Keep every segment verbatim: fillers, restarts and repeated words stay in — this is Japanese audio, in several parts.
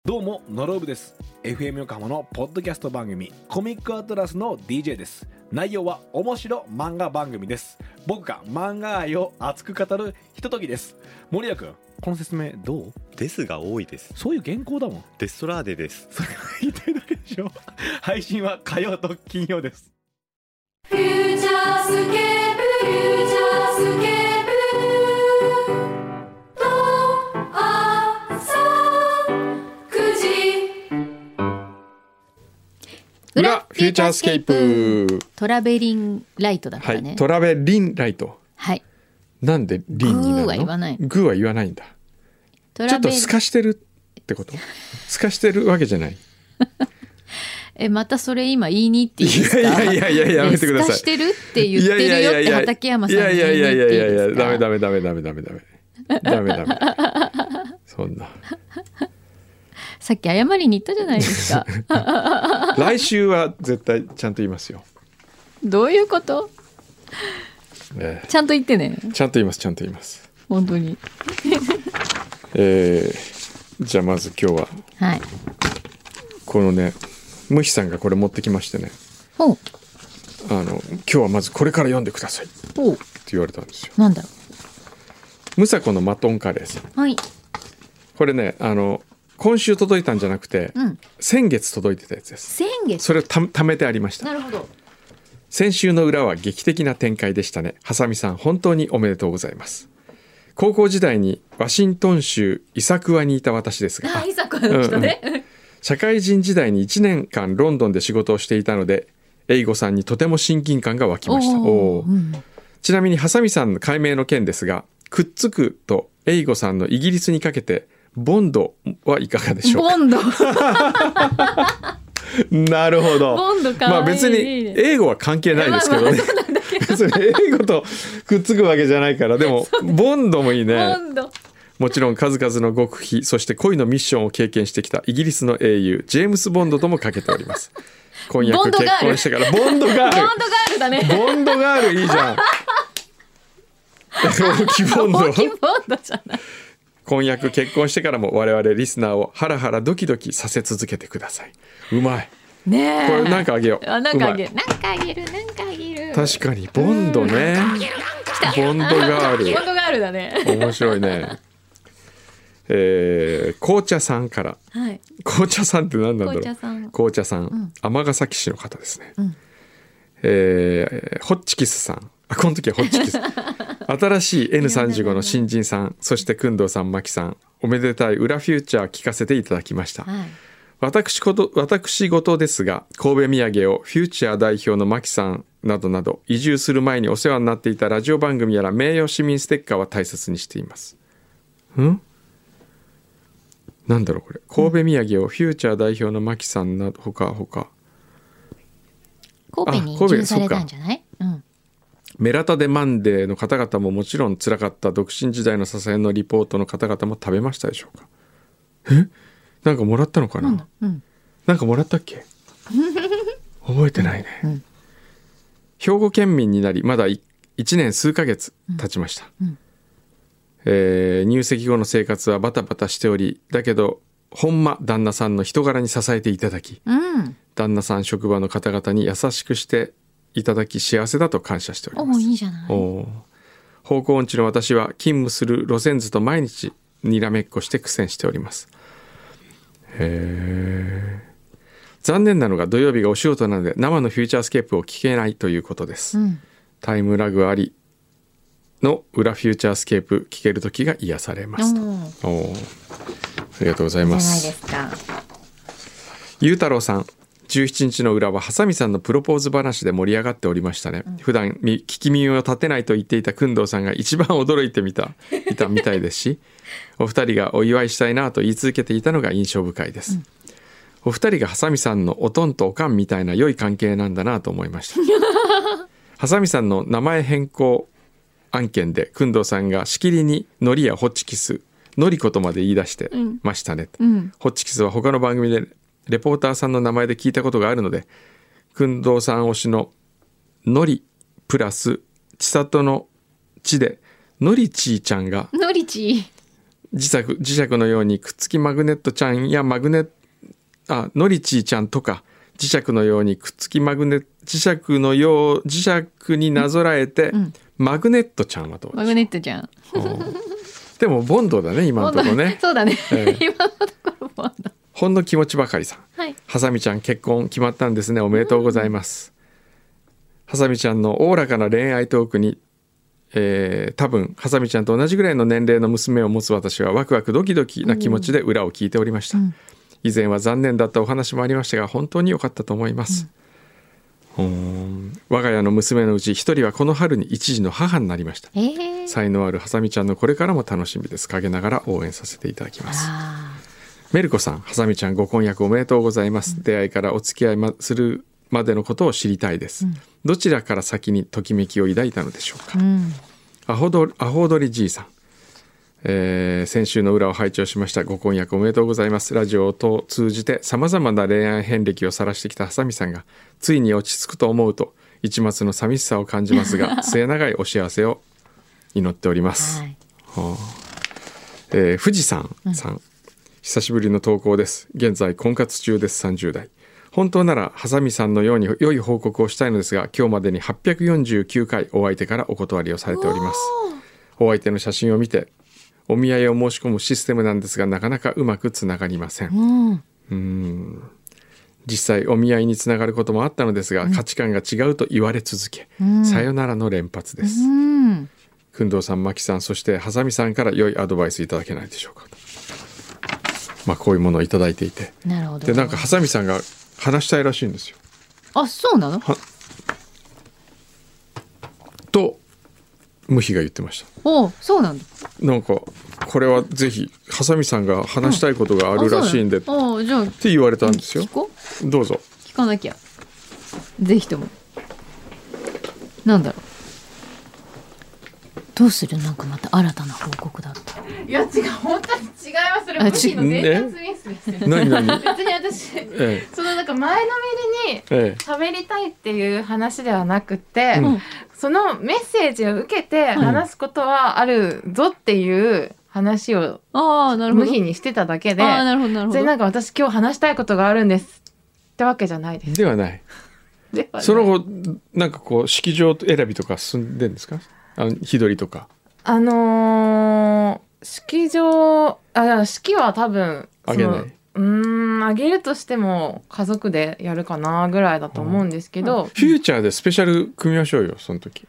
どうもノロブです。 エフエム 横浜のポッドキャスト番組コミックアトラスの ディージェー です。内容は面白漫画番組です。僕が漫画愛を熱く語るひとときです。森谷君、この説明どう？ ですが多いです。 そういう原稿だもん。 デストラーデです。 それが言いたいだけでしょ。配信は火曜と金曜です。 フューチャースケープ、フューチャースケープ裏フューチャースケープトラベリンライトだからね、 はい、トラベリンライト。 はい。 なんでリンになるの？ グーは言わない。 グーは言わないんだ。 トラベちょっと透かしてるってこと？透かしてるわけじゃない。 え、またそれ今言いに行っていいですか？ いやいやいやいややめてください。 透かしてるって言ってるよって畠山さんに言いに行っていいですか？ いやいやいやいやいやダメダメダメダメダメダメダメダメそんな。 さっき謝りに行ったじゃないですか。 来週は絶対ちゃんと言いますよ。 どういうこと？ えー、 ちゃんと言ってね。 ちゃんと言いますちゃんと言います。 本当に。 えー、じゃあまず今日は、 はい、このねムヒさんがこれ持ってきましてね。 おあの今日はまずこれから読んでくださいって言われたんですよ。 なんだろう。ムサコのマトンカレーさん。 はい。 これねあの今週届いたんじゃなくて、うん、先月届いてたやつです。 先月。 それをた貯めてありました。 なるほど。 先週の裏は劇的な展開でしたね。ハサミさん本当におめでとうございます。高校時代にワシントン州イサクワにいた私ですが、 あ、イサクワの人ね、うんうん、 社会人時代にいちねんかんロンドンで仕事をしていたのでエイゴさんにとても親近感が湧きました。おお、うん、ちなみにハサミさんの解明の件ですが、くっつくとエイゴさんのイギリスにかけてボンドはいかがでしょうか？ ボンドなるほど。 ボンドかわいい。 まあ別に英語は関係ないですけどね。別に英語とくっつくわけじゃないから。でもボンドもいいね。 ボンド。 もちろん数々の極秘そして恋のミッションを経験してきたイギリスの英雄ジェームス・ボンドともかけております。婚約結婚してからボンドガール。 ボンドガールだね。 ボンドガールいいじゃん。大きボンド。 大きボンドじゃない。 婚約結婚してからも我々リスナーをハラハラドキドキさせ続けてください。うまいねえ。 これなんかあげよう。 あ、なんかあげる。なんかあげる。なんかあげる。 確かにボンドね。ボンドガール。 ボンドガールだね。 面白いね。えー、紅茶さんから、はい、紅茶さんって何なんだろう。紅茶さん、紅茶さん、尼、うん、崎市の方ですね。うん、えー、ホッチキスさん。あ、この時はホッチキス。新しい エヌさんじゅうご の新人さん、そして工藤さん、牧さん、おめでたい裏フューチャー聞かせていただきました。はい、私こと、私事ですが、神戸土産をフューチャー代表の牧さんなどなど、移住する前にお世話になっていたラジオ番組やら名誉市民ステッカーは大切にしています。ん？なんだろうこれ。神戸土産をフューチャー代表の牧さんなど、ほかほか。 神戸に移住されたんじゃない？うん。 メラタデマンデーの方々ももちろん辛かった独身時代の支えのリポートの方々も食べましたでしょうか？え？なんかもらったのかな？な、うん、なんかもらったっけ？覚えてないね、うんうん、兵庫県民になりまだいちねん数ヶ月経ちました、うんうん、えー、入籍後の生活はバタバタしており、だけどほんま旦那さんの人柄に支えていただき、うん、旦那さん職場の方々に優しくしていただき幸せだと感謝しております。 お、いいじゃない。 お、方向音痴の私は勤務する路線図と毎日にらめっこして苦戦しております。へー。残念なのが土曜日がお仕事なので生のフューチャースケープを聞けないということです、うん、タイムラグありの裏フューチャースケープ聞ける時が癒されますと。お、ありがとうございます。 じゃないですか。 ゆうたろうさん、じゅうしちにちの裏はハサミさんのプロポーズ話で盛り上がっておりましたね、うん、普段聞き耳を立てないと言っていた工藤さんが一番驚いてみたいたみたいですしお二人がお祝いしたいなと言い続けていたのが印象深いです、うん、お二人がハサミさんのおとんとおかんみたいな良い関係なんだなと思いましたハサミさんの名前変更案件で工藤さんがしきりにノリやホッチキスノリコとまで言い出してましたね、うんうん、ホッチキスは他の番組でレポーターさんの名前で聞いたことがあるので、工藤さん推しののりプラス千里の地でのりちーちゃんがのりち磁石磁石のようにくっつきマグネットちゃんやマグネあノリチーちゃんとか磁石のようにくっつきマグネ磁石のよう磁石になぞらえて、うん、マグネットちゃんはどうでしょう。 マグネットちゃんでもボンドだね今のところね。 そうだね、 ええ、 今のところボンド。 ほんの気持ちばかりさん、 はい、 ハサミちゃん結婚決まったんですね。おめでとうございます。ハサミちゃんのおおらかな恋愛トークに、えー、多分ハサミちゃんと同じぐらいの年齢の娘を持つ私はワクワクドキドキな気持ちで裏を聞いておりました、うん、以前は残念だったお話もありましたが本当に良かったと思います、うん、我が家の娘のうち一人はこの春に一児の母になりました、えー、才能あるハサミちゃんのこれからも楽しみです。陰ながら応援させていただきます。メルコさん、ハサミちゃんご婚約おめでとうございます、うん、出会いからお付き合いするまでのことを知りたいです、うん、どちらから先にときめきを抱いたのでしょうか、うん、アホドアホドリじいさん、えー、先週の裏を拝聴しました。ご婚約おめでとうございます。ラジオを通じてさまざまな恋愛遍歴を晒してきたハサミさんがついに落ち着くと思うと一抹の寂しさを感じますが末永いお幸せを祈っております、はいはあえー、富士山さん、うん、久しぶりの投稿です。現在婚活中です。さんじゅう代。本当ならハサミさんのように良い報告をしたいのですが今日までにはっぴゃくよんじゅうきゅうかいお相手からお断りをされております。お相手の写真を見てお見合いを申し込むシステムなんですがなかなかうまくつながりません。うんうーん実際お見合いにつながることもあったのですが、うん、価値観が違うと言われ続け、うん、さよならの連発です。うん工藤さん、マキさん、そしてハサミさんから良いアドバイスいただけないでしょうか。まあ、こういうものをいただいていて、 なるほど。 でなんかハサミさんが話したいらしいんですよ。 あ、そうなの？ とムヒが言ってました。 お、そうなんだ。 なんかこれはぜひハサミさんが話したいことがあるらしいんで、うん、 あ、じゃあって言われたんですよ。 聞こう。どうぞ。 聞かなきゃ。ぜひとも。なんだろう。どうする？なんかまた新たな報告だった。 いや違う、本当に違います。それムヒの伝達ミスですよ。 何何？ 別に私、ええ、そのなんか前のめりに喋りたいっていう話ではなくて、ええ、そのメッセージを受けて話すことはあるぞっていう話をムヒにしてただけで、 あ、なるほどなるほど。 でなんか私今日話したいことがあるんですってわけじゃないです。 ではない。 ではない。 その後なんかこう式場選びとか進んでるんですか？あの日取りとか。 あのー、式場あ式は多分あげない。 うーんあげるとしても家族でやるかなぐらいだと思うんですけど、 フューチャーでスペシャル組みましょうよ。その時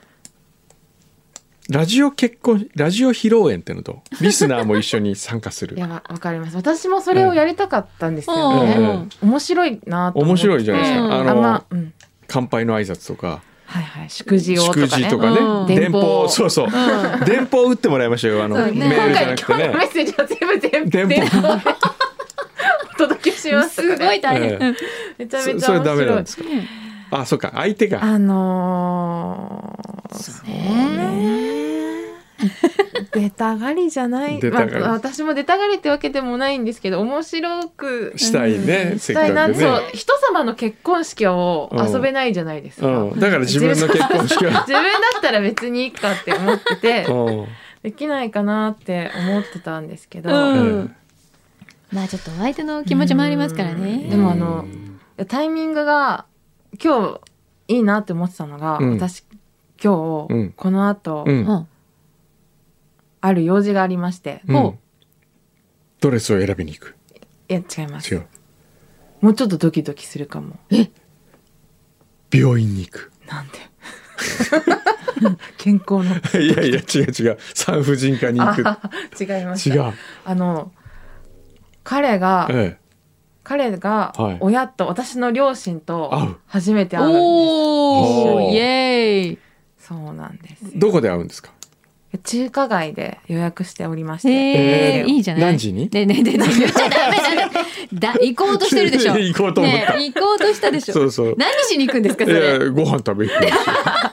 ラジオ結婚ラジオ披露宴ってのとリスナーも一緒に参加する。 いやわかります。私もそれをやりたかったんですよね、うん、面白いなと思って。面白いじゃないですか、うん、あの、 まうん、 乾杯の挨拶とか、 はいはい、祝辞をとかね、 祝辞とかね、うん、電報、そうそう、うん、電報打ってもらいましたよ。あの、ね、メールじゃなくてね、今回のメッセージは全部全部電報でお届けします、ね、 すごい大変、 ええ、めちゃめちゃ面白い。 それダメなんですか？あ、そうか、相手があのー、そうね出たがりじゃない、まあ、私も出たがりってわけでもないんですけど、面白くしたいね、うん、 したいな、せっかくね。そう、人様の結婚式を遊べないじゃないですか、 うんうん、だから自分の結婚式は自分だったら別にいいかって思っててできないかなって思ってたんですけど、うん、 まあちょっと相手の気持ちもありますからね。 でもあのタイミングが今日いいなって思ってたのが、うん、私今日、うん、この後、うんある用事がありまして、うん、 ドレスを選びに行く。 いや違います。 違う。 もうちょっとドキドキするかも。 え？ 病院に行く。 なんで？健康の。 いやいや違う違う。産婦人科に行く。 違いました。 違う。 あの彼が、ええ、彼が親と、はい、私の両親と初めて会うんです。 おー、イエーイ。 そうなんですよ。 どこで会うんですか？ 中華街で予約しておりまして、 えー、いいじゃない。 何時に？ ねねねね言っちゃダメだ。だ行こうとしてるでしょ。 行こうと思った。 ね、行こうとしたでしょ。 そうそう。 何しに行くんですかそれ？ えー、ご飯食べ行くんですよ。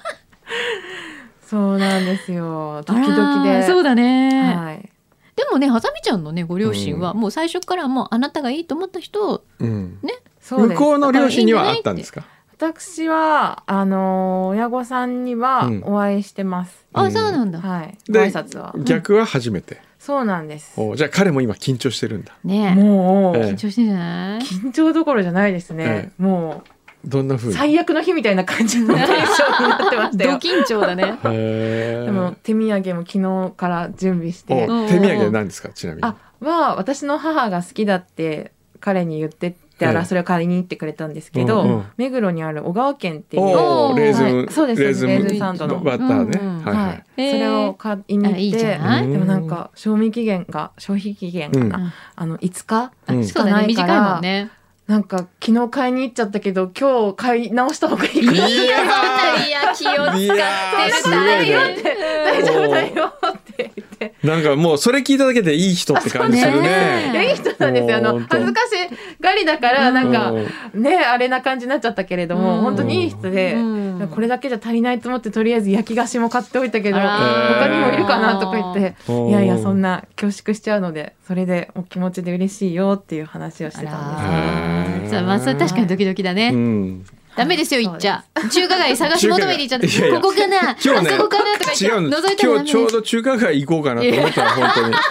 そうなんですよ。ドキドキで。 そうだね。 はい。 でもね、ハサミちゃんのねご両親はもう最初からもうあなたがいいと思った人を、うん、ね。 そうです。 向こうの両親にはあったんですか？ 私はあの親御さんにはお会いしてます。 うん、あ、そうなんだ。 はい。ご挨拶は。 逆は初めて。 うん、 そうなんです。 おじゃあ彼も今緊張してるんだ。 ねえもう、 ええ緊張してんじゃない？ 緊張どころじゃないですね、 ええもどんな風に。 う最悪の日みたいな感じのテンションになってましたドよ緊張だね。 へーでも手土産も昨日から準備してお手土産何ですかちなみに。 あは私の母が好きだって彼に言ってってあら、 ええそれを買いに行ってくれたんですけど、 うんうん目黒にある小川県っていうおーレーズン、 はいそうですレーズンレーズンサンドのバターね、 うんうんはいはい、 はい、それを買いにあいい行って、 じゃないでもなんか賞味期限が消費期限かな、 うんあのいつかうんしそうだね、 かないか短いもら、 んね。 なんか昨日買いに行っちゃったけど今日買い直した方がいいかな。 いやいや気を使っていやーすごいね大丈夫だよって言って。 なんかもうそれ聞いただけでいい人って感じするね。 いやいい人なんですよ。あの本当恥ずかしがりだからなんかうんねあれな感じになっちゃったけれども、 うん本当にいい人で、 うんこれだけじゃ足りないと思ってとりあえず焼き菓子も買っておいたけどあら他にもいるかなとか言って、 うんいやいやそんな恐縮しちゃうのでそれでお気持ちで嬉しいよっていう話をしてたんです。 へーそう、まあそれ確かにドキドキだね。 うんダメですよ言っちゃ。中華街探し求めて行っちゃって、 中華街いやいやここかな、 今日ねあそこかなとか違言ってうんです覗いたらダメ今日ちょうど中華街行こうかなと思ったら本当に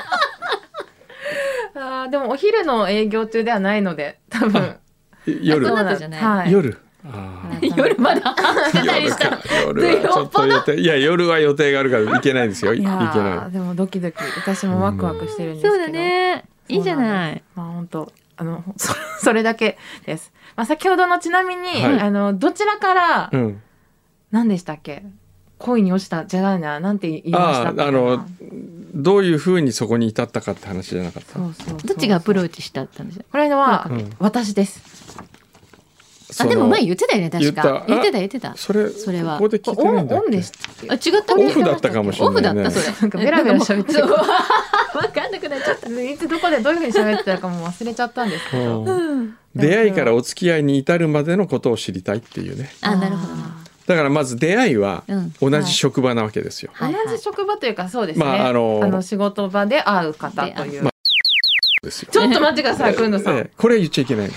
あーでもお昼の営業中ではないので多分夜そうなんじゃないはい、 夜あー夜まだしてたりしたら夜はちょっと予定いや夜は予定があるから行けないですよいいや行けーないでもドキドキ私もワクワクしてるんですけど、 そうだね、いいじゃない。 まあ本当あのそそれだけです。まあ先ほどのちなみに、 はいあのどちらから、 うん何でしたっけ恋に落ちたじゃないななんて言いましたっけああのどういうふうにそこに至ったかって話じゃなかったそうそうそうどっちがアプローチしたったんですよ。 これは、 うん私です。 あ、でも前言ってたよね、確か。 言った言ってた言ってた。 それそれはここで聞いてないんだっけオンでしたっけあ、違ったっけオフだったかもしれオフないねだったそれ。 なんかベラベラ喋ってるそうわかんなくなっちゃった。 いつどこでどういうふうに喋ってたかも忘れちゃったんですけど、 うん出会いからお付き合いに至るまでのことを知りたいっていうね。 あ、なるほどな。 だからまず出会いはうん同じ職場なわけですよ。 はいはい同じ職場というかそうですね、 まああの仕事場で会う方という、 まですよちょっと待ってくださいくんどさん、 ええこれ言っちゃいけないの。 い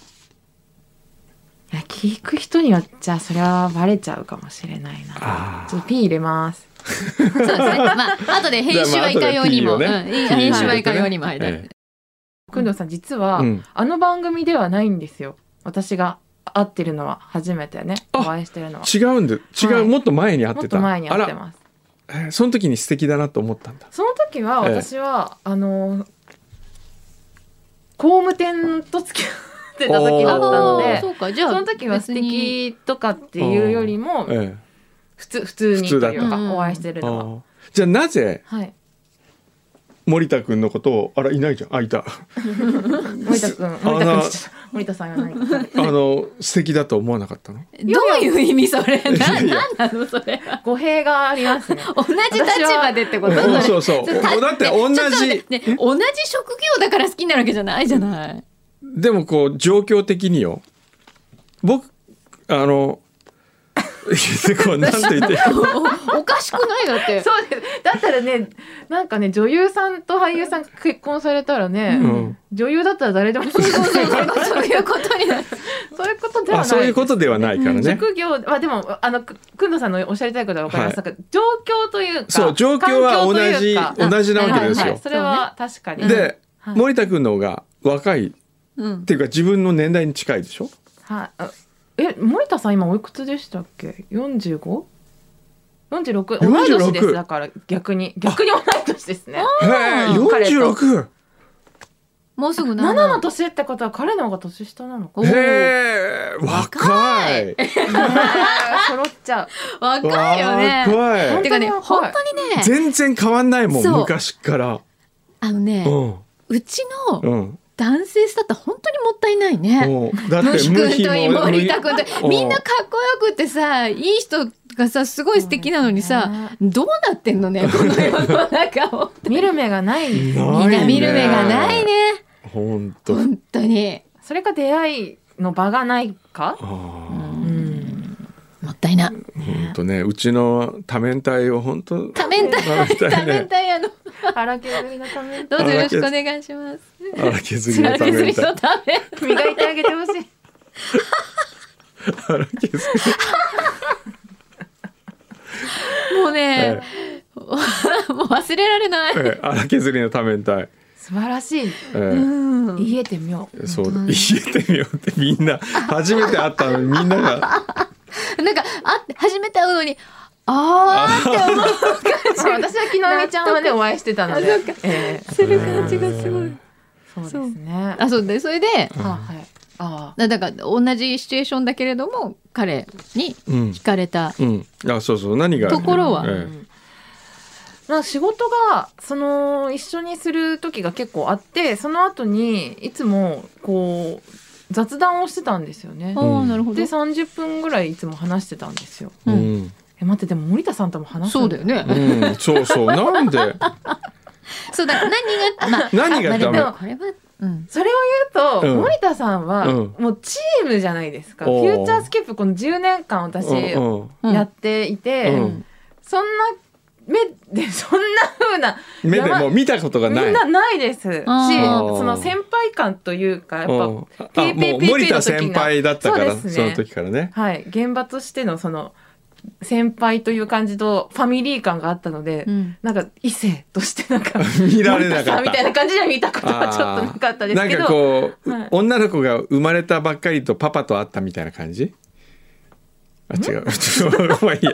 や聞く人によっちゃそれはバレちゃうかもしれないな。 あーちょっとピー入れます。 そうですね。まあ後で編集はいかようにも、 じゃあまあ後で P をねうんいい編集はいかようにも入る。 えくんどさん実は、 うんあの番組ではないんですよ。私が会ってるのは初めてねおあ会いしてるのは。 違うんで違う、 はいもっと前に会っもってとた。 前に会ってあます。 らえーその時に素敵だなと思ったんだ。 その時はええ私は、あの工務店と付き合ってた時だったのあーでそうか、じゃあその時は素敵とかっていうよりもえ普通普通にという普通だったかお会いしてるえのは。 あーじゃあなぜはい。 森田君のことをあらいないじゃんあいた森田君森田君森田さんが何かあの素敵だと思わなかったの？ どういう意味それ？な、 いやいやなんなのそれは。 語弊がありますね。 同じ立場でってこと？ うんそれそうそうただって同じちょっと待ってね、同じ職業だから好きになるわけじゃないじゃない。 でもこう状況的によ僕あのこうなんて言っておおかしくないだって。 そうです。だったらね、なんかね、女優さんと俳優さん結婚されたらね、 うん女優だったら誰でもそうそうそうそういうことになる。 そういうことではない。 あそういうことではないからね。 職業はでもあのくくんどさんのおっしゃりたいことはわかります。 はなんか状況というか、 そう状況は同じ環境というか同じなわけですよはいはい。それは確かに。 で、 はい森田君の方が若いっうん。 ていうか自分の年代に近いでしょ。 はい。あえ森田さん今おいくつでしたっけ？よんじゅうご？よんじゅうろく同い年ですだから逆に逆に同い年ですね。 へえよんじゅうろく。 もうすぐななの年ってことは彼の方が年下なのか。 おーへえ若い。 揃っちゃう。 若いよね。 若い。 てかね、 本本当に当にね、 全然変わんないもんそう昔から。 あのね、 うんうちのうん。 男性スタッフ本当にもったいないね。 もうだってムシ無比君といいも森田君といいうんみんなかっこよくてさ、いい人がさすごい素敵なのにさ、どうなってんのねこの世の中を。 見る目がないんですよ。 ないねみんな見る目がないね。 本当。 本当にそれが出会いの場がないか。 あーうん。 もったいな。 本当ねうちの多面体を本当多面体多面体多面ね体あの荒削りのためどうぞよろしくお願いします。 荒削りの多面削り体のため。 磨いてあげてほしい。 荒削りもうね、 えもう忘忘れられない、 ええ、荒削りの多面体、 素晴らしい。 ええ、 言えてみよう。 そうだ、言えてみようってみんな初めて会ったのにみんながなんかあって初めて会うのにあーって思う感じ私は昨日みちゃんはねお会いしてたので、えー、 する感じがすごい。 そうですね。 あ、そうで、それで、 あ、はい。あだから同じシチュエーションだけれども彼に惹かれた、 うんうん、あ、そうそう、何がところは、 ええ、 まあ仕事がその一緒にする時が結構あって、その後にいつもこう雑談をしてたんですよね。 ああ、なるほど。 でさんじゅっぷんぐらいいつも話してたんですよ。 うん、 え待ってでも森田さんとも話すそうだよね。 うん、そうそう、なんでそうだ、何が、まあ、 何がダメ、 まあ、これは、うん、 それを言うと、うん、森田さんはうんもうチームじゃないですか。フューチャースケープこのじゅうねんかん私やっていて、 うんうん、 そんな目でそんな風な目でも見たことがない。 みんなないですし、その先輩感というかやっぱピーピーピーピーの時が森田先輩だったから、 そ,、ね、その時からね。 はい、現場としてのその先輩という感じとファミリー感があったので、うん、なんか異性としてなんか見られなかったみたいな感じで見たことはちょっとなかったですけど、 なんかこう、はい、女の子が生まれたばっかりとパパと会ったみたいな感じ。あ、違うまあいいや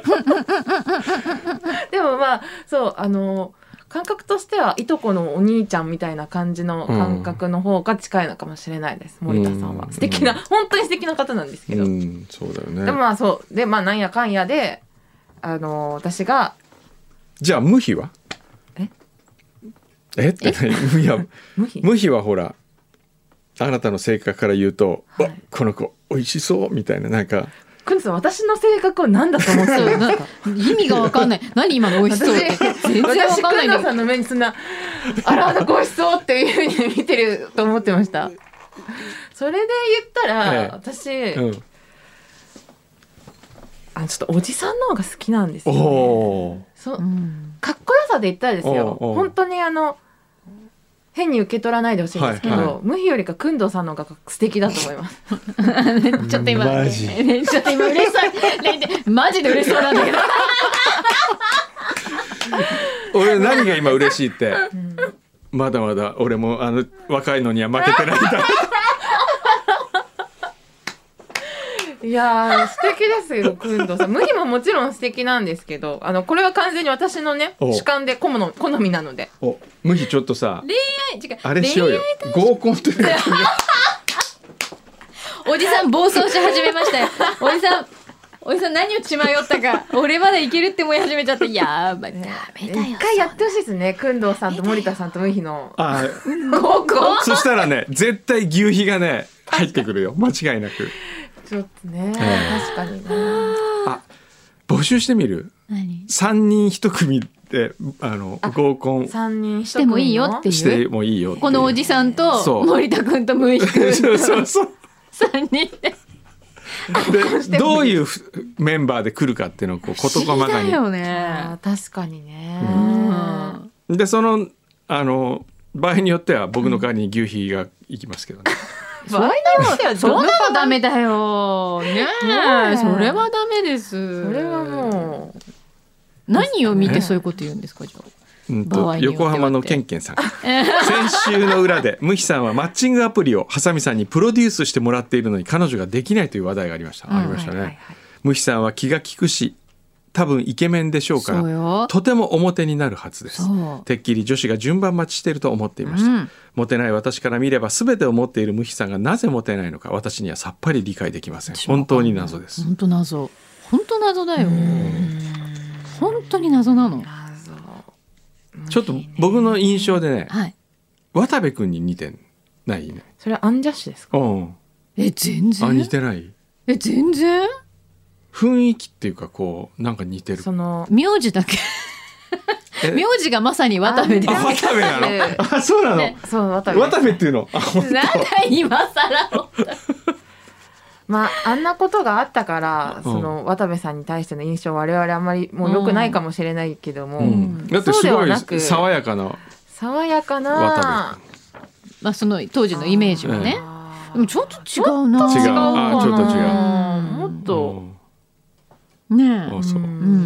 でもまあそう、あの感覚としてはいとこのお兄ちゃんみたいな感じの感覚の方が近いのかもしれないです、うん、森田さんは素敵な、うん、本当に素敵な方なんですけど、うん、 そうだよね。 でもまあそうで、まあなんやかんやで、あの私がじゃあ無比はええって無比は無比無比はほらあなたの性格から言うと、はい、この子美味しそうみたいな、なんかくんさん私の性格を何だと思ってるんですか意味が分かんない。何今の美味しそうって全然分かんない。 私くんさんの目にそんなあらあら美味しそうっていうふうに見てると思ってました。それで言ったら、ええ、私、うん、あちょっとおじさんの方が好きなんですよね。おそ、うん、かっこよさで言ったらですよ、本当にあの変に受け取らないでほしいんですけど、はいはい、無比よりか工藤さんの方が素敵だと思いますちょっと今マジちょっと今嬉しそうマジで嬉しそうなんだけど俺何が今嬉しいって、うん、まだまだ俺もあの若いのには負けてないんだいや素敵ですよ工藤さん。無比ももちろん素敵なんですけど、あのこれは完全に私のね主観で好の好みなので。 お無比ちょっとさ恋愛違うあれしようよ、合コンっておじさん暴走し始めましたよ。おじさんおじさん何を血迷ったか俺まだいけるって思い始めちゃって、やばい、ダメだよ。 一回やってほしいですね、工藤さんと森田さんと無比の合コン。そしたらね絶対牛皮がね入ってくるよ間違いなく。 ちょっとね、確かにね。 あ、募集してみる？ 何？ さんにんひと組であの合コンさんにんひと組してもいいよっていう。 してもいいよっていう。 このおじさんと森田くんと無比くんそうそうそうさんにんででどういうメンバーで来るかっていうのをこう事細かに。 だよね。 確かにね。 うん、でそのあの場合によっては僕の代わりに牛皮が行きますけどね。 そんなのそんなのダメだよねえ、それはダメです。 それはもう何を見てそういうこと言うんですか、じゃあ。 うんと横浜のケンケンさん先週の裏で無比さんはマッチングアプリをハサミさんにプロデュースしてもらっているのに彼女ができないという話題がありました、うん、ありましたね、はいはいはい、無比さんは気が利くし多分イケメンでしょうからとても表になるはずです。てっきり女子が順番待ちしていると思っていました、うん、モテない私から見れば全てを持っている無比さんがなぜモテないのか私にはさっぱり理解できません。本当に謎です。 本当謎本当謎だよ。本当に謎なの。 ちょっと僕の印象でね、 はい、 渡部君に似てないね。 それはアンジャッシュですか？ うん、 え全然あ似てない。 え全然雰囲気っていうかこうなんか似てる。 その名字だけ名字がまさに渡部です。 あ渡部なのあそうなの、ね、 そう渡部渡部っていうのあなんだ今更まあ、あんなことがあったから、うん、その渡部さんに対しての印象我々あんまりもう良くないかもしれないけども、うんうん、 だってすごい爽やかな爽やかな渡部、 まあ、その当時のイメージはね。でもちょっと違うな。 違うあちょっと違う。 もっと、 ねえ。 あそう、 うん。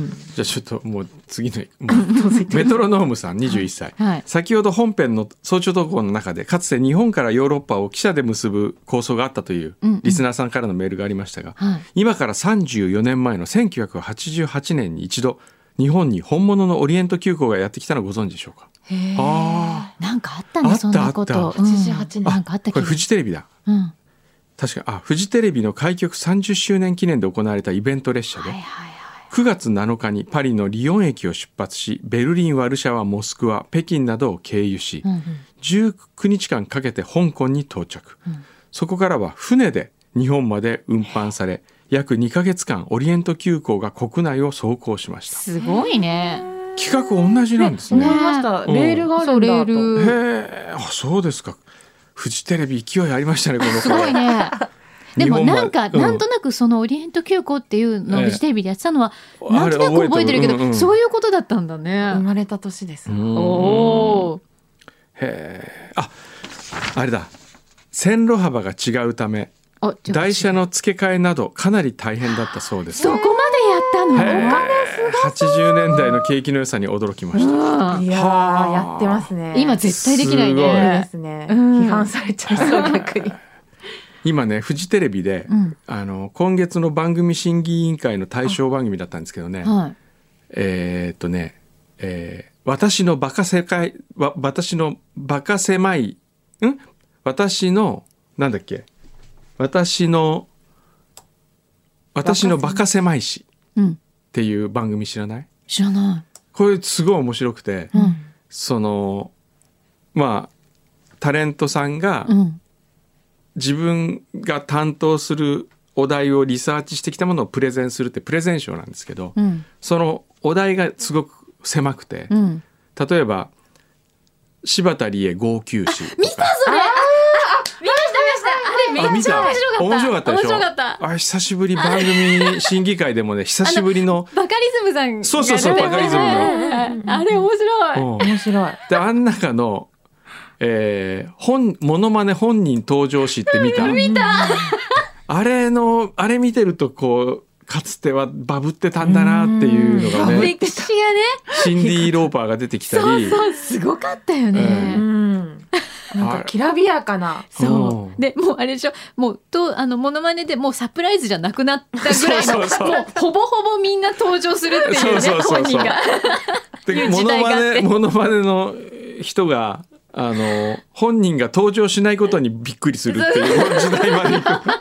じゃあちょっともう次のもうメトロノームさんにじゅういっさい、 はい。 先ほど本編の早朝投稿の中でかつて日本からヨーロッパを汽車で結ぶ構想があったといううんうんリスナーさんからのメールがありましたが、 はい。 今からさんじゅうよねんまえのせんきゅうひゃくはちじゅうはちねんに一度日本に本物のオリエント急行がやってきたのをご存知でしょうか。 へえ。 あなんかあったんだ、 あったそんなこと。 あったうんはちじゅうはちねんなんかあった気が。 これフジテレビだ。 うん。 確かあフジテレビの開局さんじゅっしゅうねん記念で行われたイベント列車で、 はいはいはい。 くがつなのかにパリのリヨン駅を出発しベルリン、ワルシャワ、モスクワ、北京などを経由し、 うんうん。 じゅうくにちかんかけて香港に到着、 うんそこからは船で日本まで運搬され約にかげつかんオリエント急行が国内を走行しました。 すごいね。 企画同じなんですね。 思いました。 うんレールがあるんだと。 そうレールへえ、あそうですか。フジテレビ勢いありましたねこのすごいね。でも日本まなんか、 うんなんとなくそのオリエント急行っていうのをええフジテレビでやってたのは、なんとなく覚えてるけど、 あれ覚えてるうんうんそういうことだったんだ生ね。 まれた年です。 うんおお。 へえ、ああれだ、線路幅が違うためあ、じゃあ台車の付け替えなどかなり大変だったそうです。 そこまでやったの。 へえはちじゅうねんだいの景気の良さに驚きました。 うんいやはあーやってますね。 今絶対できないそうでね。 すね。 うん批判されちゃいそう逆に。 今ねフジテレビで、 うん。 あの今月の番組審議委員会の対象番組だったんですけどね、 はい。 えーっとね、えー私のバカ世界わ私のバカ狭いん私のなんだっけ私の私のバカ狭いしうん。 っていう番組知らない？ 知らなこれすごい面白くて、 い。うん。 そのまあタレントさんがうん。 自分が担当するお題をリサーチしてきたものをプレゼンするってプレゼンショーなんですけど、 うん。 そのお題がすごく狭くて、 うん。 例えば柴田理恵号泣詩とか見たそれ。あ、見ました見ました。あれめっちゃ面白かった。 面白かったでしょ。 面白かった。 あ久しぶり番組審議会でもね久しぶりのバカリズムさんが出てそうそうそうバカリズムのの。あれ面白い。 うん面白い。 であん中の、えー、本モノマネ本人登場詩って見た？見た。あれのあれ見てるとこうかつてはバブってたんだなっていうのがね、 歴史がね。 シンディ・ローパーが出てきたり、 そうそうすごかったようね。 うん。なんかきらびやかな。 そううんでもうあれでしょもうとあのモノマネでもうサプライズじゃなくなったぐらいのそうそうそうもうほぼほぼみんな登場するっていうねそうそうそうそう本人がいう時でモノマ代があってネモノマネの人があの本人が登場しないことにびっくりするっていう時代まで行く。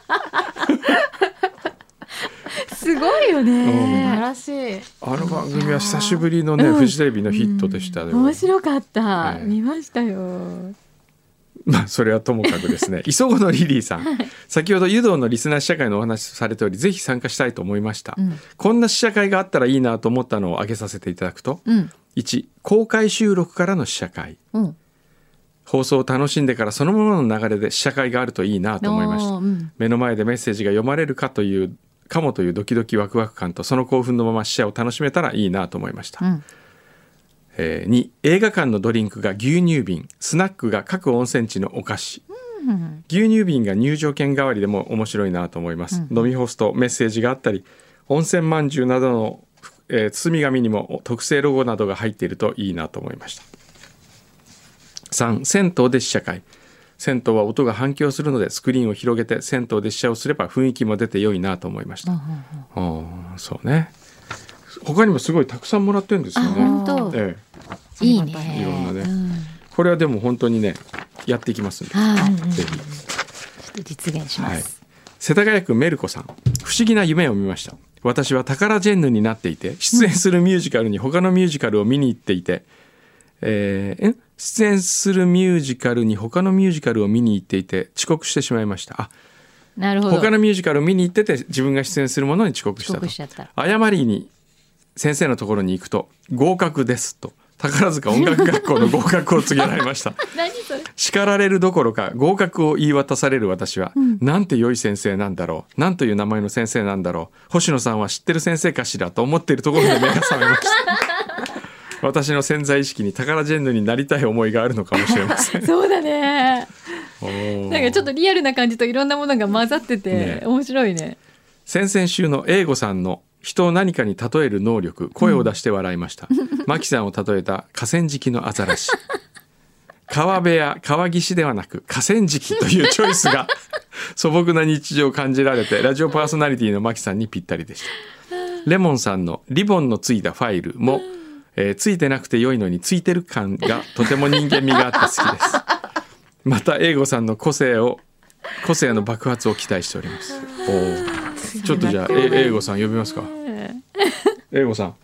すごいようん素ね。 晴らしい。 あの番組は久しぶりのね、 うんフジテレビのヒットでしたよ。 面白かった、 はい見ましたよ。 まあそれはともかくですね磯子のリリーさん、先ほど湯道のリスナー試写会のお話されておりぜひ参加したいと思いました、 うんこんな試写会があったらいいなと思ったのを挙げさせていただくと、 うんいち公開収録からの試写会、 うん放送を楽しんでからそのままの流れで試写会があるといいなと思いました、 おーうん目の前でメッセージが読まれるかというかもというドキドキワクワク感とその興奮のまま試写を楽しめたらいいなと思いました、 うんえーに映画館のドリンクが牛乳瓶、スナックが各温泉地のお菓子、 うん牛乳瓶が入場券代わりでも面白いなと思います、飲み干すとメッセージがあったり温泉まんじゅうなどの、えー包み紙にも特製ロゴなどが入っているといいなと思いました。さん銭湯で試写会、銭湯は音が反響するのでスクリーンを広げて銭湯で試写をすれば雰囲気も出て良いなと思いました、あーそうね、他にもすごいたくさんもらってるんですよあね、 本当、 えいいねいろんなねうんえ、これはでも本当にねやっていきますんで、 はい、 ぜひ。 ちょっと実現しまはいす、、 世田谷区メルコさん、不思議な夢を見ました。私はタカラジェンヌになっていて出演するミュージカルに他のミュージカルを見に行っていて、えー、ん出演するミュージカルに他のミュージカルを見に行っていて遅刻してしまいました。あ、 なるほど他のミュージカルを見に行ってて自分が出演するものに遅刻し遅たと。 刻しちゃった謝りに先生のところに行くと合格ですと宝塚音楽学校の合格を告げられました。 何それ叱られるどころか合格を言い渡される私は、 んなんて良い先生なんだろう、なんという名前の先生なんだろう、星野さんは知ってる先生かしらと思っているところで目が覚めました私の潜在意識にタカラジェンヌになりたい思いがあるのかもしれませんそうだねおーなんかちょっとリアルな感じといろんなものが混ざってて、 ね面白いね。 先々週の英語さんの人を何かに例える能力、声を出して笑いました。マキさんを例えた河川敷のアザラシ。川辺や川岸ではなく河川敷というチョイスが素朴な日常を感じられて、ラジオパーソナリティのマキさんにぴったりでした。レモンさんのリボンのついたファイルも、えー、ついてなくて良いのについてる感がとても人間味があって好きです。また英語さんの個性を個性の爆発を期待しております。おー、ちょっとじゃあ英語さん呼びますか。英語さん、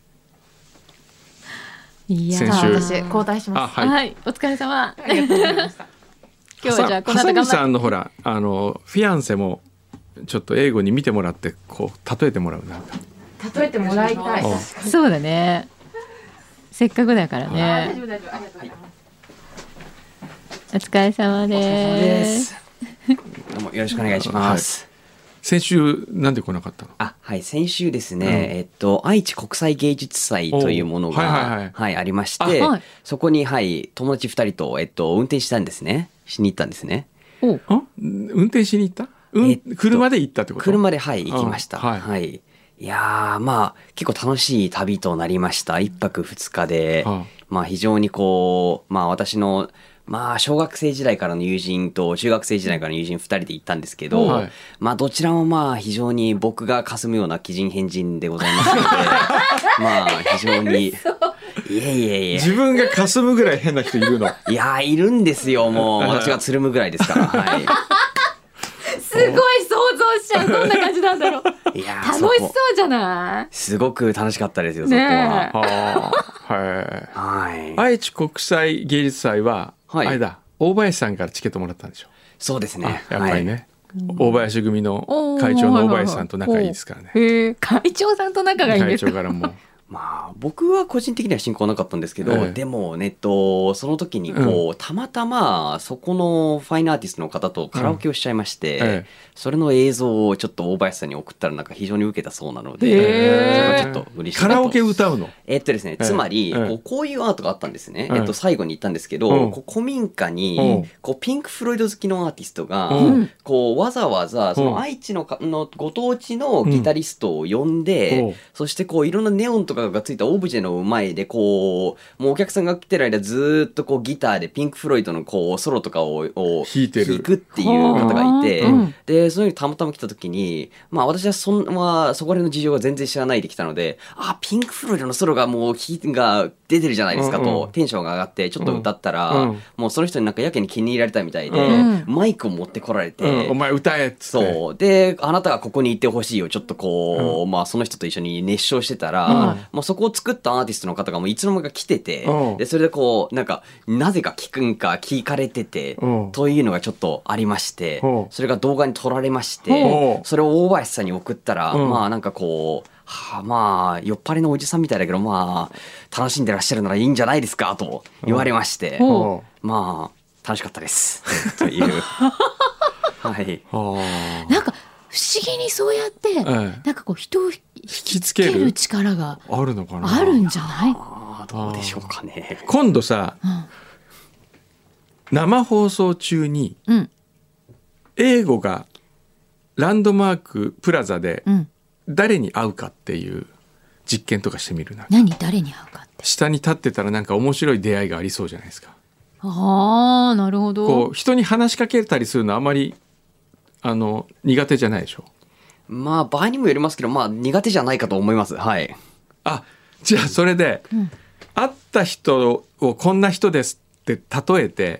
いや先週私交代します。 あ、はい、 はい、お疲れ様。 ありがとうございました。 今日はじゃあこの後ハサミ頑張っさんのほらあのフィアンセもちょっと英語に見てもらってこう例えてもらうなんか。 例えてもらいたい。 おて。そうだね。せっかくだから大ね。 丈夫大丈夫、ありがとうございます。 お疲れ様です。 どうもよろしくお願いします。 先週なんで来なかったの？ あ、はい、先週ですね、 うんえっと愛知国際芸術祭というものが、 おはいはいはいはいありまして、 あはいそこにはい友達ふたりとえっと運転したんですね。しに行ったんですね。 お、 あ運転しに行った、うんえっと車で行ったってこと？ 車ではい行きました。 うんはいはい。いやーまあ結構楽しい旅となりました。いっぱくふつかで、 はまあ非常にこうまあ私のまあ小学生時代からの友人と中学生時代からの友人ふたりで行ったんですけど、 はいまあどちらもまあ非常に僕がかすむような奇人変人でございますのでまあ非常にいえいえいえ自分がかすむぐらい変な人いるの？ いやーいるんですよ。もう私がつるむぐらいですから。はい。 すごい想像しちゃう。どんな感じなんだろう。 いやー楽しそそうこじゃない？ すごく楽しかったですよそこねは。 はあ、はいはい。 愛知国際芸術祭は、 はいあれだ大林さんからチケットもらったんでしょ？ そうですね。 あやっぱりね、大林組の会長の大林さんと仲いいですからね。 へえ、会長さんと仲がいいんですか？ 会長からもまあ僕は個人的には親交なかったんですけど、 ええでもネットその時にこう、たまたまそこのファインアーティストの方とカラオケをしちゃいまして、 ええそれの映像をちょっと大林さんに送ったらなんか非常に受けたそうなので、 へえそれはちょっと嬉しいなと。 カラオケ歌うの？ えっとですね、つまり、 ええこうこういうアートがあったんですね。 えええっと、最後に言ったんですけど、 うんこう古民家うんに、こうピンク・フロイド好きのアーティストが、 うんこうわざわざそうんの愛知のかのご当地のギタリストを呼んで、 うんそしてこういろんなネオンとかがついたオブジェの前でこうもうお客さんが来てる間ずーっとこうギターでピンク・フロイドのこうソロとかをを弾いてる弾くっていう方がいて、 うんでそういうのたまたま来た時に、まあ私はそん、まあ、そこら辺の事情が全然知らないで来たので、あピンク・フロイドのソロがもう弾いが出てるじゃないですかと、 うんうんテンションが上がってちょっと歌ったら、 うんうんもうその人になんかやけに気に入られたみたいで、 うんマイクを持ってこられて、 うん、お前歌えっつって。 そうであなたがここに行ってほしいよちょっとこう、まあその人と一緒に熱唱してたら、 うんもうそこを作ったアーティストの方がもういつの間にか来てて、 うんでそれでこうなんかなぜか聞くんか聞かれてて、 うんというのがちょっとありまして、 うんそれが動画に撮られましうてん、 それを大林さんに送ったら、 うんまあなんかこうはあ、まあ酔っ払いのおじさんみたいだけどまあ楽しんでらっしゃるならいいんじゃないですかと言われまして、 うんまあ楽しかったですというはいはなんか不思議にそうやって、 ええなんかこう人を引きつけるきつける力があ、あるのかな。 あるんじゃない？ あーどうでしょうかね。 今度さ、 うん生放送中にうん英語がランドマークプラザでうん。 誰に会うかっていう実験とかしてみるな。 何誰に会うかって。 下に立ってたらなんか面白い出会いがありそうじゃないですか。 ああ、なるほど。 こう人に話しかけたりするのあまりあの苦手じゃないでしょ。 まあ場合にもよりますけどまあ苦手じゃないかと思います。はいあ、じゃあそれで、 ん会った人をこんな人ですって例えて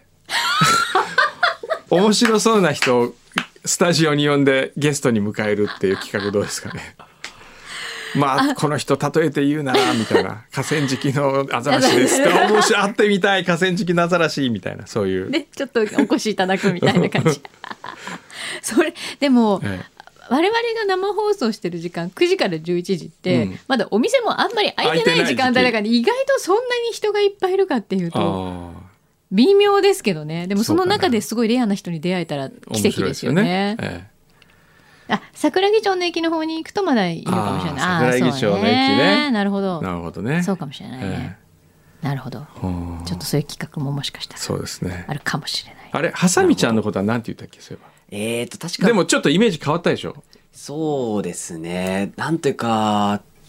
面白そうな人をスタジオに呼んでゲストに迎えるっていう企画どうですかね。まあこの人例えて言うならみたいな河川敷のアザラシですって面白い会ってみたい河川敷のアザラシみたいなそういう、 でちょっとお越しいただくみたいな感じそれでも、 ええ我々が生放送してる時間くじからじゅういちじって、 うんまだお店もあんまり開いてない時間帯だから意外とそんなに人がいっぱいいるかっていうとあ微妙ですけどね。でもそのそうかな中ですごいレアな人に出会えたらー奇跡ですよね。 えあ、桜木町の駅の方に行くとまだいるかもしれない。 あー桜木町の駅ねそうなるほどえ。なるほどね。 そうかもしれないね。なるほど。 うんちょっとそういう企画ももしかしたらそうですね。 あるかもしれない。 あれハサミちゃんのことは何て言ったっけそういええーと確かば。でもちょっとイメージ変わったでしょ。 そうですねなんというか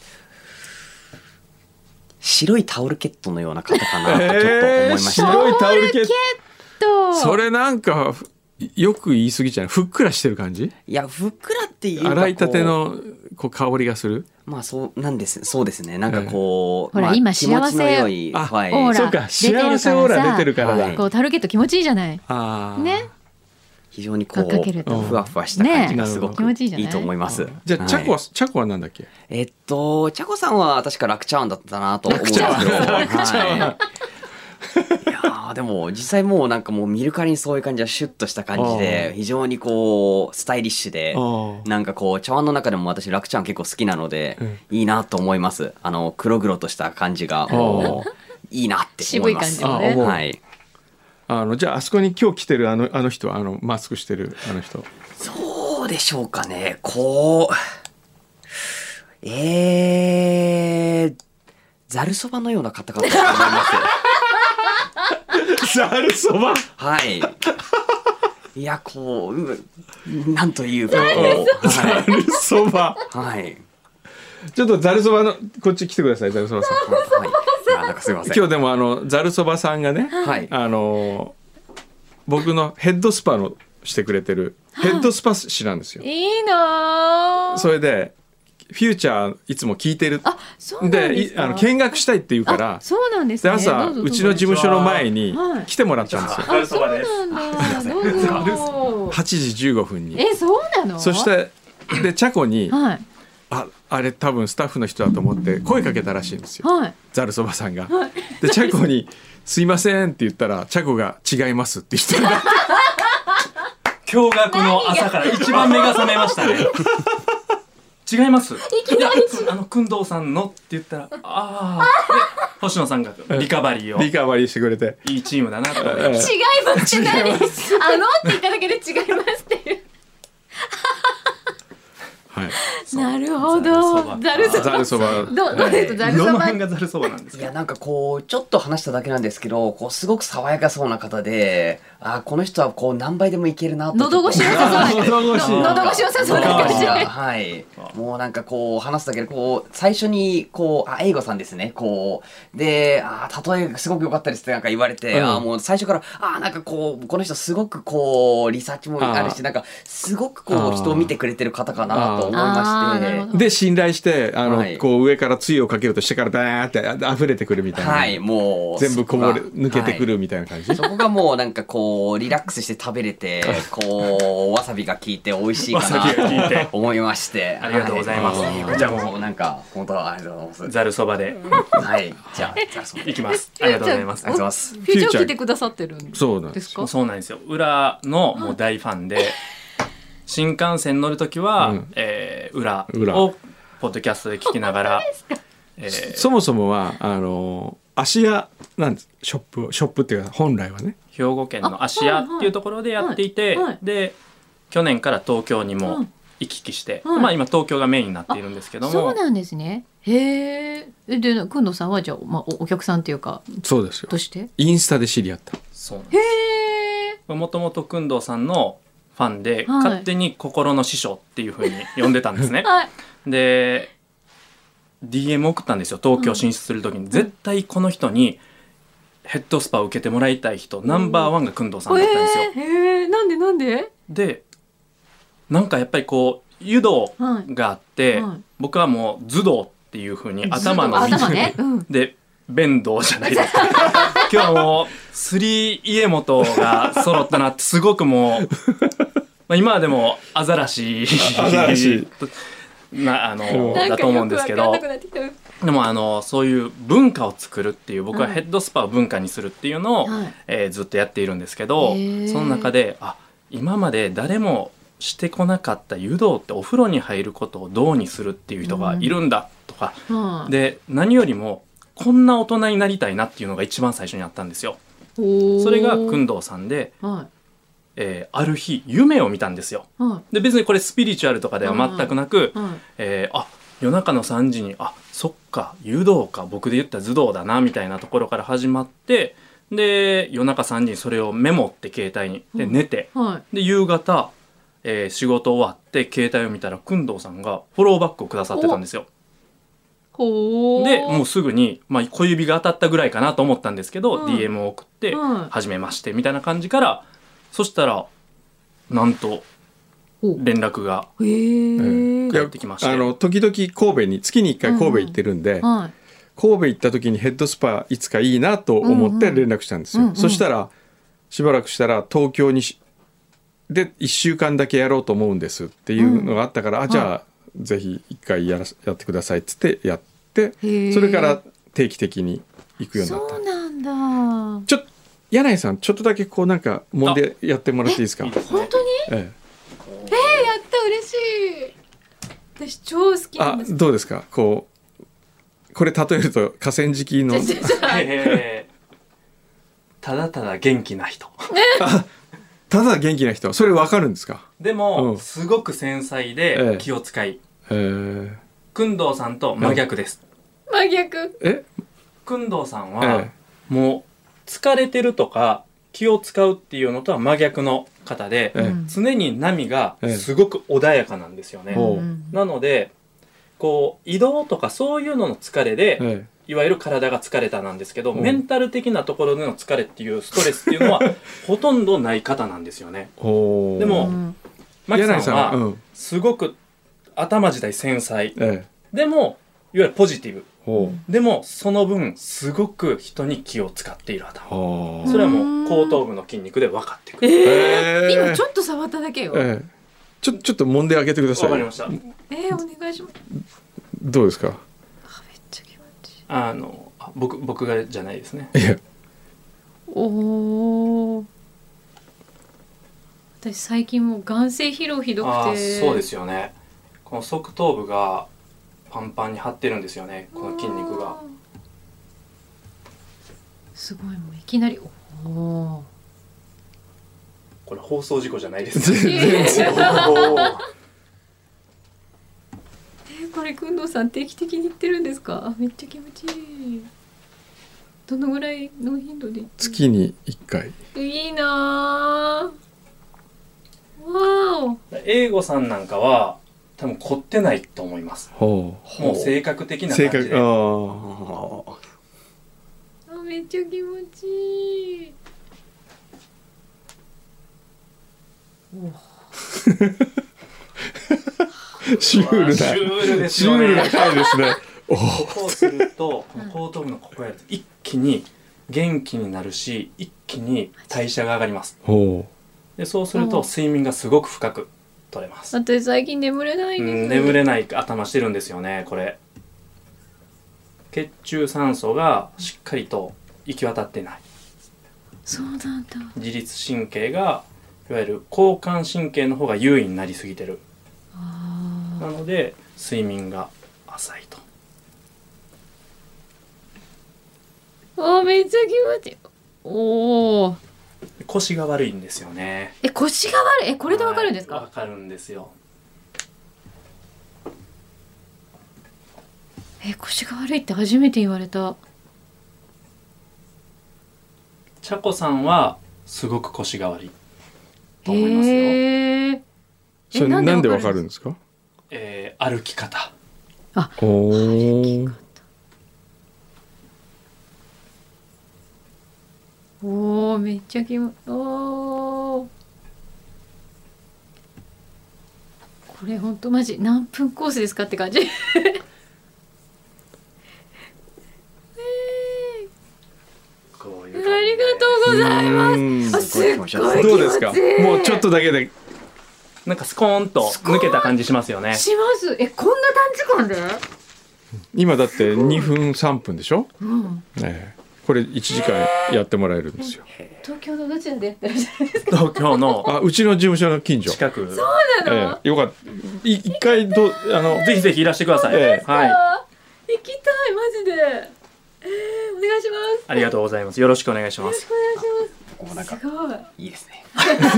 白いタオルケットのような方かなとちょっと思いました、 えー、白いタオルケッとトそれなんかよく言い過ぎじゃない？ふっくらしてる感じ？ いやふっくらっていうか洗いたてのこう香りがする。 まあそうなんですそうですねなんかこう、 ほらまあ、 今気持ちの良い幸せはいオーラそうか幸せオーラ出てるからだ、 はいこうタオルケット気持ちいいじゃない。 あーね。 非常にこうかけるとふわふわした感じがすごねく気持ちいいじゃないいいと思います。 じゃあチャコは、 はいチャコはなんだっけ？ えっとチャコさんは確か楽ちゃんだったなと思うんですけど、はい、いやーでも実際もうなんかもう見るからにそういう感じはシュッとした感じで非常にこうスタイリッシュであーなんかこう茶碗の中でも私楽ちゃん結構好きなので、 うんいいなと思います。あの黒々とした感じがもういいなって思います。 渋い感じもねあ思うはい。 あのじゃああそこに今日来てるあのあの人あのマスクしてるあの人。 そうでしょうかね。こう、えー、ざるそばのような方かと思います。 ざるそば。 はい。いや、こう、うなんというか、こう、 ざはるそば。 い。はい。 ちょっとざるそばのこっち来てくださいざるそばさん。 はい。あなんかすいません。 今日でもあのざるそばさんがね、 はい。 あの僕のヘッドスパのしてくれてるヘッドスパ師なんですよ。 いいなー。 それでフューチャーいつも聞いてる。 あ、そうなんですか。 でいあの見学したいって言うからあ、そうなんですでね。 朝どうぞうちの事務所の前にはい来てもらったんですよ。 あ、そうなんだ。どうぞ。 はちじじゅうごふんに。 え、そうなの？ そしてでチャコにはいああれ多分スタッフの人だと思って声かけたらしいんですよ。 はい。 ざるそばさんが。でチャコにすいませんって言ったらチャコが違いますって言ってた。 驚愕の朝から一番目が覚めましたね。違います。いやあの工藤さんのって言ったらああ星野さんがリカバリーをリカバリーしてくれて。 いいチームだなと思いええまし違いますって何？あのって言っただけで違いますっていう。 はい。 なるほど。ざるそば。 ざるそば。 どうどうですかざた。どのるそば。 辺がざるそばなんですか。 いやなんかこうちょっと話しただけなんですけどこうすごく爽やかそうな方であこの人はこう何倍でもいけるなと喉越し良さそうな喉越し喉越し良さそうな感じ。 はいもうなんかこう話すだけでこう最初にこうあ英語さんですねこうであ例えすごく良かったですってなんか言われて、 うん、 あもう最初からあなんかこうこの人すごくこうリサーチもあるしなんかすごくこう人を見てくれてる方かなと思いましてで信頼してあの、 はい、 こう上からつゆをかけると下からバーって溢れてくるみたいな、 はいもう全部こぼれ抜けてくるみたいな感じ、 はい、そこがもうなんかこうリラックスして食べれてこうわさびが効いて美味しいかなと思いましてありがとうございます、 はい、じゃあもうなんか本当はありがとうございますざるそばではいじゃあざるそばいきますありがとうございますありがとうございますフューチャー来てくださってるんそうなんですか？ そうなんですよ裏のもう大ファンで新幹線乗るときは、 うんえー、裏裏をポッドキャストで聞きながらえー、 そもそもはあの芦屋なんですショップショップっていうか本来はね兵庫県の芦屋っていうところでやっていて、 はいはいはい、 で去年から東京にも行き来して、 はい、 まあ今東京がメインになっているんですけどもそうなんですねへえで工藤さんはじゃあ、まあ、お客さんっていうかそうですよとしてインスタで知り合ったそうなんですへもともと工藤さんのファンで、 はい、 勝手に心の師匠っていう風に呼んでたんですね、 はい、 で ディーエム 送ったんですよ東京進出する時に、うん、絶対この人にヘッドスパを受けてもらいたい人、うん、ナンバーワンが工藤さんだったんですよ。 へえなんでなんででなんかやっぱりこう湯道があって、はいはい、僕はもう頭道っていう風に頭の頭、ねうん、 で弁道じゃないですか今日はもうスリー家元が揃ったなってすごくもうまあ今はでもアザラシアザラシなあのだと思うんですけどでもあのそういう文化を作るっていう僕はヘッドスパを文化にするっていうのを、はいえー、ずっとやっているんですけどその中であ今まで誰もしてこなかった湯道ってお風呂に入ることを道にするっていう人がいるんだとか、うん、で何よりもこんな大人になりたいなっていうのが一番最初にあったんですよ。それが工藤さんで、はいえー、ある日夢を見たんですよ、はい、で別にこれスピリチュアルとかでは全くなく、はいえー、あ夜中のさんじにあそっか湯道か僕で言った頭道だなみたいなところから始まってで夜中さんじにそれをメモって携帯にで寝て、はい、で夕方、えー、仕事終わって携帯を見たら工藤さんがフォローバックをくださってたんですよ。 ほーでもうすぐに、まあ、小指が当たったぐらいかなと思ったんですけど、 うんディーエム を送ってうん 「はじめまして」みたいな感じから、そしたらなんと連絡がへー返ってきまして、 あの時々神戸に月にいっかい神戸行ってるんで、 はい神戸行った時にヘッドスパいつかいいなと思って連絡したんですよ、 うんうんそしたらしばらくしたら東京にしでいっしゅうかんだけやろうと思うんですっていうのがあったから、あじゃあ、ぜひいっかいやらやってくださいっつってやってへーそれから定期的に行くようになっそうなんだ。 た。ちょ柳井さんちょっとだけこうなんか揉んでやってもらっていいですか。 いいですね本当に？ えええー、やった嬉しい。私超好きなあんです。 どうですかこうこれ例えると河川敷のえーただただ元気な人ただ元気な人それわかるんですか。 でも、 うんすごく繊細ええで気を使い、 えー、 工藤さんと真逆です。 真逆。 え工藤さんえは、もう疲れてるとか気を使うっていうのとは真逆の方で、 ええうん常に波がすごく穏やかなんですよね。 ほううんなのでこう移動とかそういうのの疲れで、 えいわゆる体が疲れたなんですけど、 うんメンタル的なところでの疲れっていうストレスっていうのはほとんどない方なんですよね。 ー、ほうでもうんマキさん柳井さんは、うはんすごく頭自体繊細ええ、 でもいわゆるポジティブほでもその分すごく人に気を使っているう頭、 ほうそれはもう後頭部の筋肉で分かってくる。 えーえー今ちょっと触っただけよ。 ええ、ちょちょっと揉んであげてください。 わかりました。 えー、お願いします。 どうですか。 あめっちゃ気持ちいい。 あのあ僕僕がじゃないですね。 いやおお。私最近もう眼性疲労ひどあくて。 そうですよね。この側頭部がパンパンに張ってるんですよね、この筋肉が。 すごいもういきなりおお。 これ放送事故じゃないです。 全然違う。 おーえこれくんどうさん定期的に行ってるんですか。あめっちゃ気持ちいい。どのぐらいの頻度で行ってる？ 月にいっかい。 いいなー。わお。 英語さんなんかは多分凝ってないと思います。 ほもう性格的う。 な性格。 感じで。 ああ。 あめっちゃ気持ちいい。 シュールな。 シュールですシュよね。 ールな回ですね。おお。 ここをすると後頭部のここやると一気に元気になるし、一気に代謝が上がります。 ほでそうすると睡眠がすごく深く取れます。 だって最近眠れないんです。 うん、眠れない頭してるんですよね、これ。血中酸素がしっかりと行き渡ってない。 そうなんだ。 自律神経がいわゆる交感神経の方が優位になりすぎてる。 あなので睡眠が浅いと。 あめっちゃ気持ちいい。おお。 腰が悪いんですよね。 え腰が悪い。えこれでわかるんですか。 はいわかるんですよ。 え腰が悪いって初めて言われた。 茶子さんはすごく腰が悪いと思いますよ。 へえ。 それなんでわかるんですか。 えー歩き方。 おお。 おおめっちゃ気持ちおお。これ本当マジ何分コースですかって感じ。 こういあう感じでりがとうございます。あすっごい気持ちいい。 どうですか。もうちょっとだけで。 なんかスコーンと抜けた感じしますよね。 します。えこんな短時間で？ 今だってにふんさんぷんでしょ。 うん。 ええ。これいちじかんやってもらえるんですよ。 東京のどちらでやってるじゃないですか。 東京のあ、うちの事務所の近所。 近く。 そうなの？ ええ、よかった。い一回どあのぜひぜひいらしてください。 ええはい。 行きたいマジで。えー、お願いします。 ありがとうございます。よろしくお願いします。 よろしくお願いします。 もうなんかすごい。 いいですね。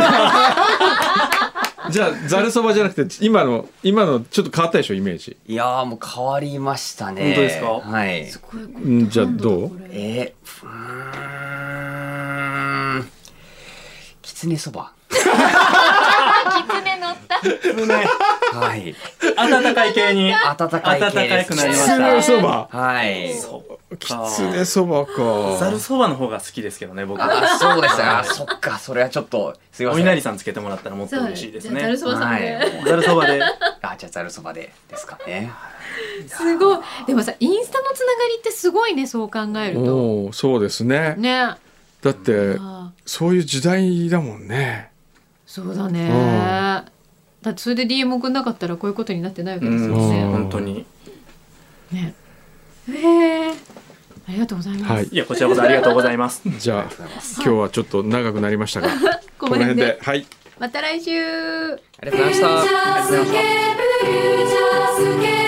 じゃあざるそばじゃなくて今の今のちょっと変わったでしょイメージ。 いやーもう変わりましたね。 本当ですかはい。 すごい。 うんじゃあどうこれえー、うーん。きつねそば。 きつね乗った。 きつね。 はい。 温かい系に温かい系です。 温かくなりましきつねた。 そば。 はい。 きつねそばか。 ざるそばの方が好きですけどね、僕。 あ、そうですか。そっか、それはちょっとすいません。 お稲荷さんつけてもらったらもっと嬉しいですね。 ざるそばさんで。 ざるそばで。 あ、じゃあざるそばでですかね。 すごい。でもさ、インスタのつながりってすごいね、そう考えると。 おー、そうですね。 ね。 だってそういう時代だもんね。 そうだね。だってそれで ディーエム 送んなかったらこういうことになってないわけですよね。 本当に。 ね。へえ。ありがとうございます。 はい。 いや、こちらこそありがとうございます。 じゃあ今日はちょっと長くなりましたが、この辺で、はい。 また来週。 ありがとうございました。 フューチャースケープフューチャースケープ